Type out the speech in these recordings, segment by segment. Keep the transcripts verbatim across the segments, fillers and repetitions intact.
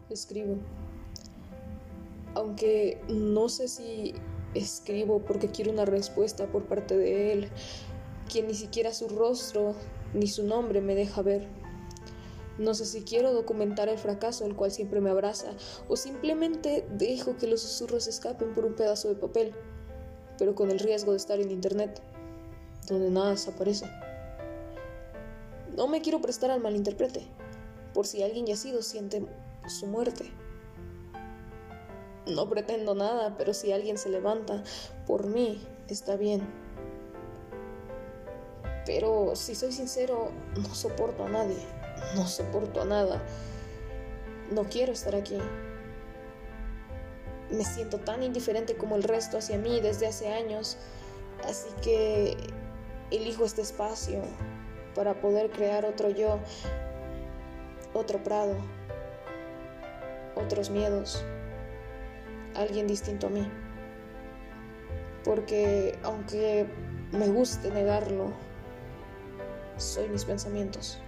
Escribo, aunque no sé si escribo porque quiero una respuesta por parte de él, quien ni siquiera su rostro ni su nombre me deja ver. No sé si quiero documentar el fracaso el cual siempre me abraza, o simplemente dejo que los susurros escapen por un pedazo de papel, pero con el riesgo de estar en internet, donde nada desaparece. No me quiero prestar al malinterprete, por si alguien yacido siente su muerte. No pretendo nada, pero si alguien se levanta por mí, está bien. Pero si soy sincero, no soporto a nadie, no soporto a nada. No quiero estar aquí. Me siento tan indiferente como el resto hacia mí desde hace años, así que elijo este espacio para poder crear otro yo, otro Prado, otros miedos, alguien distinto a mí. Porque aunque me guste negarlo, soy mis pensamientos.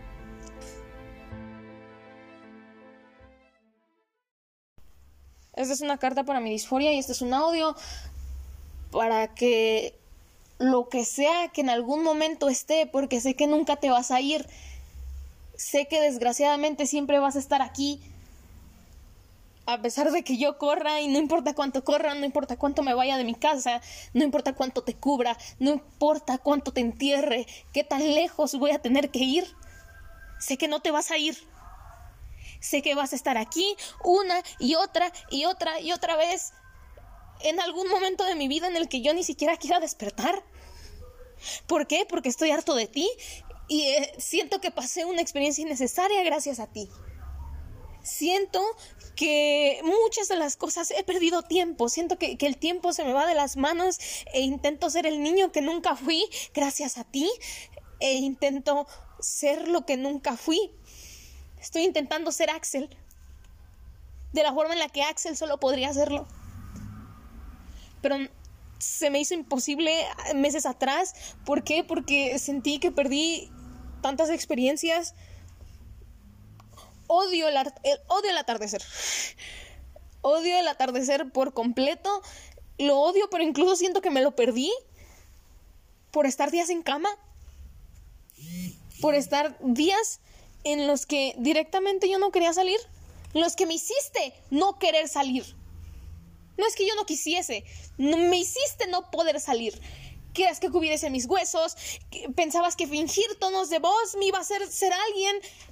Esta es una carta para mi disforia y este es un audio para que lo que sea que en algún momento esté, porque sé que nunca te vas a ir, sé que desgraciadamente siempre vas a estar aquí, a pesar de que yo corra, y no importa cuánto corra, no importa cuánto me vaya de mi casa, no importa cuánto te cubra, no importa cuánto te entierre, qué tan lejos voy a tener que ir, sé que no te vas a ir. Sé que vas a estar aquí una y otra y otra y otra vez en algún momento de mi vida en el que yo ni siquiera quiera despertar. ¿Por qué? Porque estoy harto de ti y eh, siento que pasé una experiencia innecesaria gracias a ti. Siento que muchas de las cosas he perdido tiempo, siento que, que el tiempo se me va de las manos e intento ser el niño que nunca fui gracias a ti e intento ser lo que nunca fui. Estoy intentando ser Axel, de la forma en la que Axel solo podría hacerlo. Pero se me hizo imposible meses atrás. ¿Por qué? Porque sentí que perdí tantas experiencias. Odio el, el, odio el atardecer. Odio el atardecer por completo. Lo odio, pero incluso siento que me lo perdí por estar días en cama. Por estar días en los que directamente yo no quería salir, los que me hiciste no querer salir. No es que yo no quisiese, no, me hiciste no poder salir. Querías que cubriese mis huesos, que pensabas que fingir tonos de voz me iba a hacer ser alguien.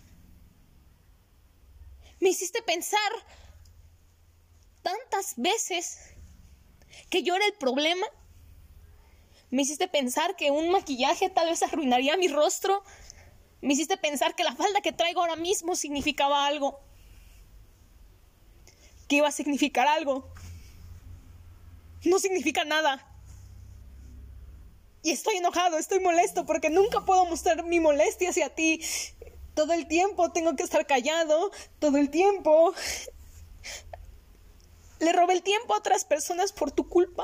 Me hiciste pensar tantas veces que yo era el problema. Me hiciste pensar que un maquillaje tal vez arruinaría mi rostro. Me hiciste pensar que la falda que traigo ahora mismo significaba algo. Que iba a significar algo. No significa nada. Y estoy enojado, estoy molesto porque nunca puedo mostrar mi molestia hacia ti. Todo el tiempo tengo que estar callado. Todo el tiempo. Le robé el tiempo a otras personas por tu culpa.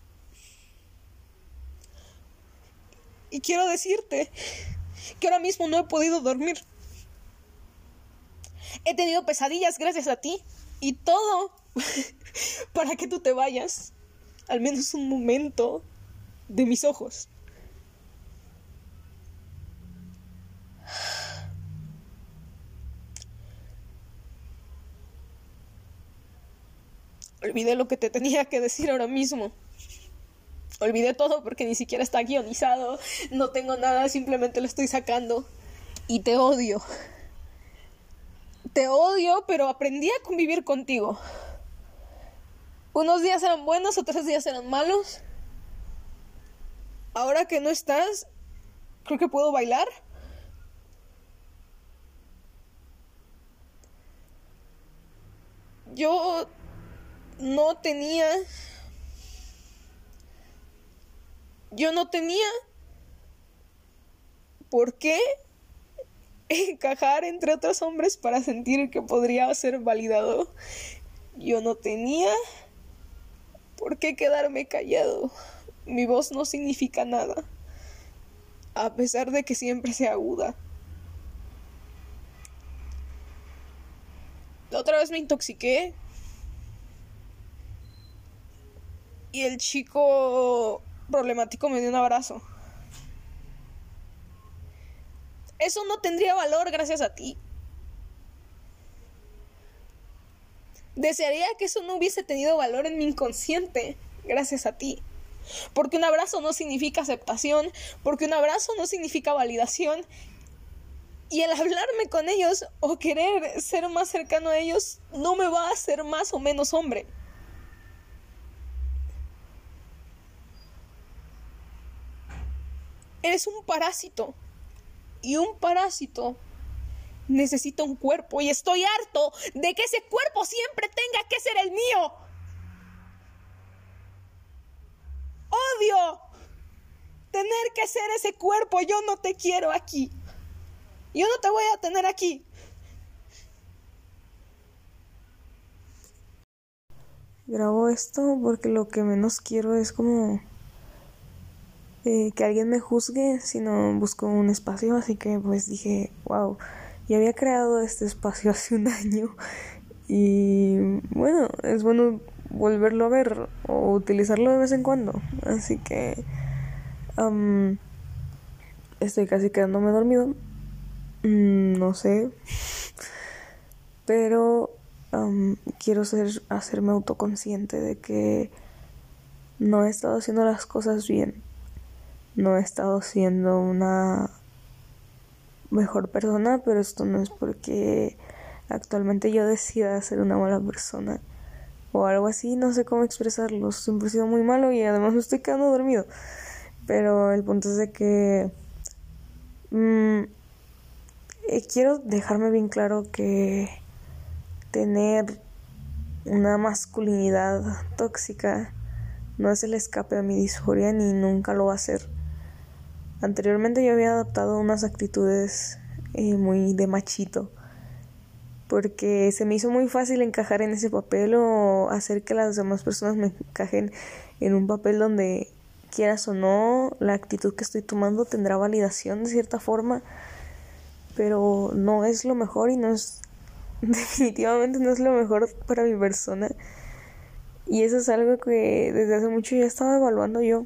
Y quiero decirte que ahora mismo no he podido dormir. He tenido pesadillas gracias a ti. Y todo para que tú te vayas. Al menos un momento de mis ojos. Olvidé lo que te tenía que decir ahora mismo. Olvidé todo porque ni siquiera está guionizado. No tengo nada, simplemente lo estoy sacando. Y te odio. Te odio, pero aprendí a convivir contigo. Unos días eran buenos, otros días eran malos. Ahora que no estás, creo que puedo bailar. Yo no tenía... Yo no tenía por qué encajar entre otros hombres para sentir que podría ser validado. Yo no tenía por qué quedarme callado. Mi voz no significa nada, a pesar de que siempre sea aguda. La otra vez me intoxiqué y el chico problemático me dio un abrazo. Eso no tendría valor gracias a ti. Desearía que eso no hubiese tenido valor en mi inconsciente gracias a ti. Porque un abrazo no significa aceptación, porque un abrazo no significa validación. Y el hablarme con ellos o querer ser más cercano a ellos no me va a hacer más o menos hombre. Eres un parásito. Y un parásito necesita un cuerpo. Y estoy harto de que ese cuerpo siempre tenga que ser el mío. Odio tener que ser ese cuerpo. Yo no te quiero aquí. Yo no te voy a tener aquí. Grabo esto porque lo que menos quiero es como eh, que alguien me juzgue, sino busco un espacio, así que pues dije, wow, ya había creado este espacio hace un año y bueno, es bueno volverlo a ver o utilizarlo de vez en cuando, así que um, estoy casi quedándome dormido, mm, no sé, pero um, quiero ser, hacerme autoconsciente de que no he estado haciendo las cosas bien. No he estado siendo una mejor persona, pero esto no es porque actualmente yo decida ser una mala persona o algo así, no sé cómo expresarlo. Siempre he sido muy malo y además me estoy quedando dormido. Pero el punto es de que mmm, eh, quiero dejarme bien claro que tener una masculinidad tóxica no es el escape a mi disforia ni nunca lo va a ser. Anteriormente yo había adoptado unas actitudes eh, muy de machito, porque se me hizo muy fácil encajar en ese papel o hacer que las demás personas me encajen en un papel donde, quieras o no, la actitud que estoy tomando tendrá validación de cierta forma, pero no es lo mejor y no es, definitivamente no es lo mejor para mi persona. Y eso es algo que desde hace mucho ya estaba evaluando yo.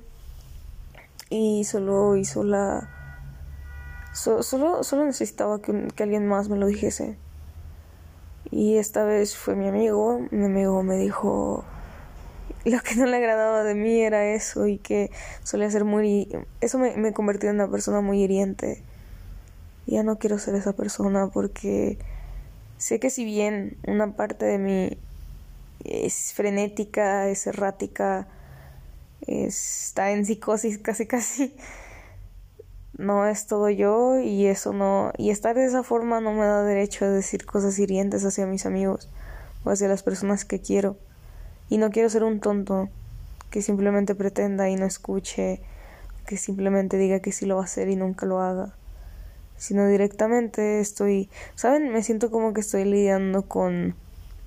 Y solo hizo la... So, solo, solo necesitaba que, un, que alguien más me lo dijese. Y esta vez fue mi amigo. Mi amigo me dijo... Lo que no le agradaba de mí era eso. Y que solía ser muy... Eso me, me convirtió en una persona muy hiriente. Y ya no quiero ser esa persona porque... Sé que si bien una parte de mí es frenética, es errática, está en psicosis casi casi, no es todo yo, y eso no, y estar de esa forma no me da derecho a decir cosas hirientes hacia mis amigos o hacia las personas que quiero. Y no quiero ser un tonto que simplemente pretenda y no escuche, que simplemente diga que sí lo va a hacer y nunca lo haga, sino directamente estoy, ¿saben? Me siento como que estoy lidiando con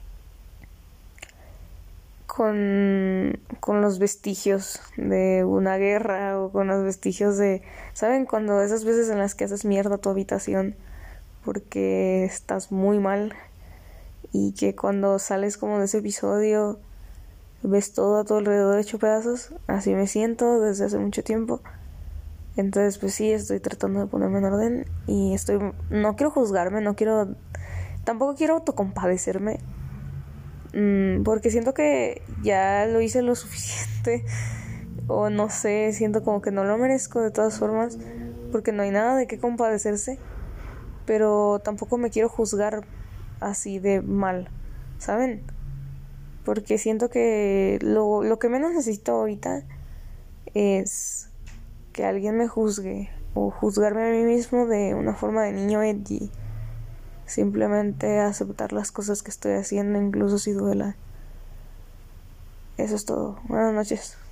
Con, con los vestigios de una guerra o con los vestigios de... ¿Saben? Cuando esas veces en las que haces mierda tu habitación porque estás muy mal y que cuando sales como de ese episodio ves todo a tu alrededor hecho pedazos. Así me siento desde hace mucho tiempo. Entonces pues sí, estoy tratando de ponerme en orden y estoy... No quiero juzgarme, no quiero... Tampoco quiero autocompadecerme. Porque siento que ya lo hice lo suficiente, o no sé, siento como que no lo merezco de todas formas, porque no hay nada de qué compadecerse, pero tampoco me quiero juzgar así de mal, ¿saben? Porque siento que lo, lo que menos necesito ahorita es que alguien me juzgue o juzgarme a mí mismo de una forma de niño edgy. Simplemente aceptar las cosas que estoy haciendo, incluso si duela. Eso es todo. Buenas noches.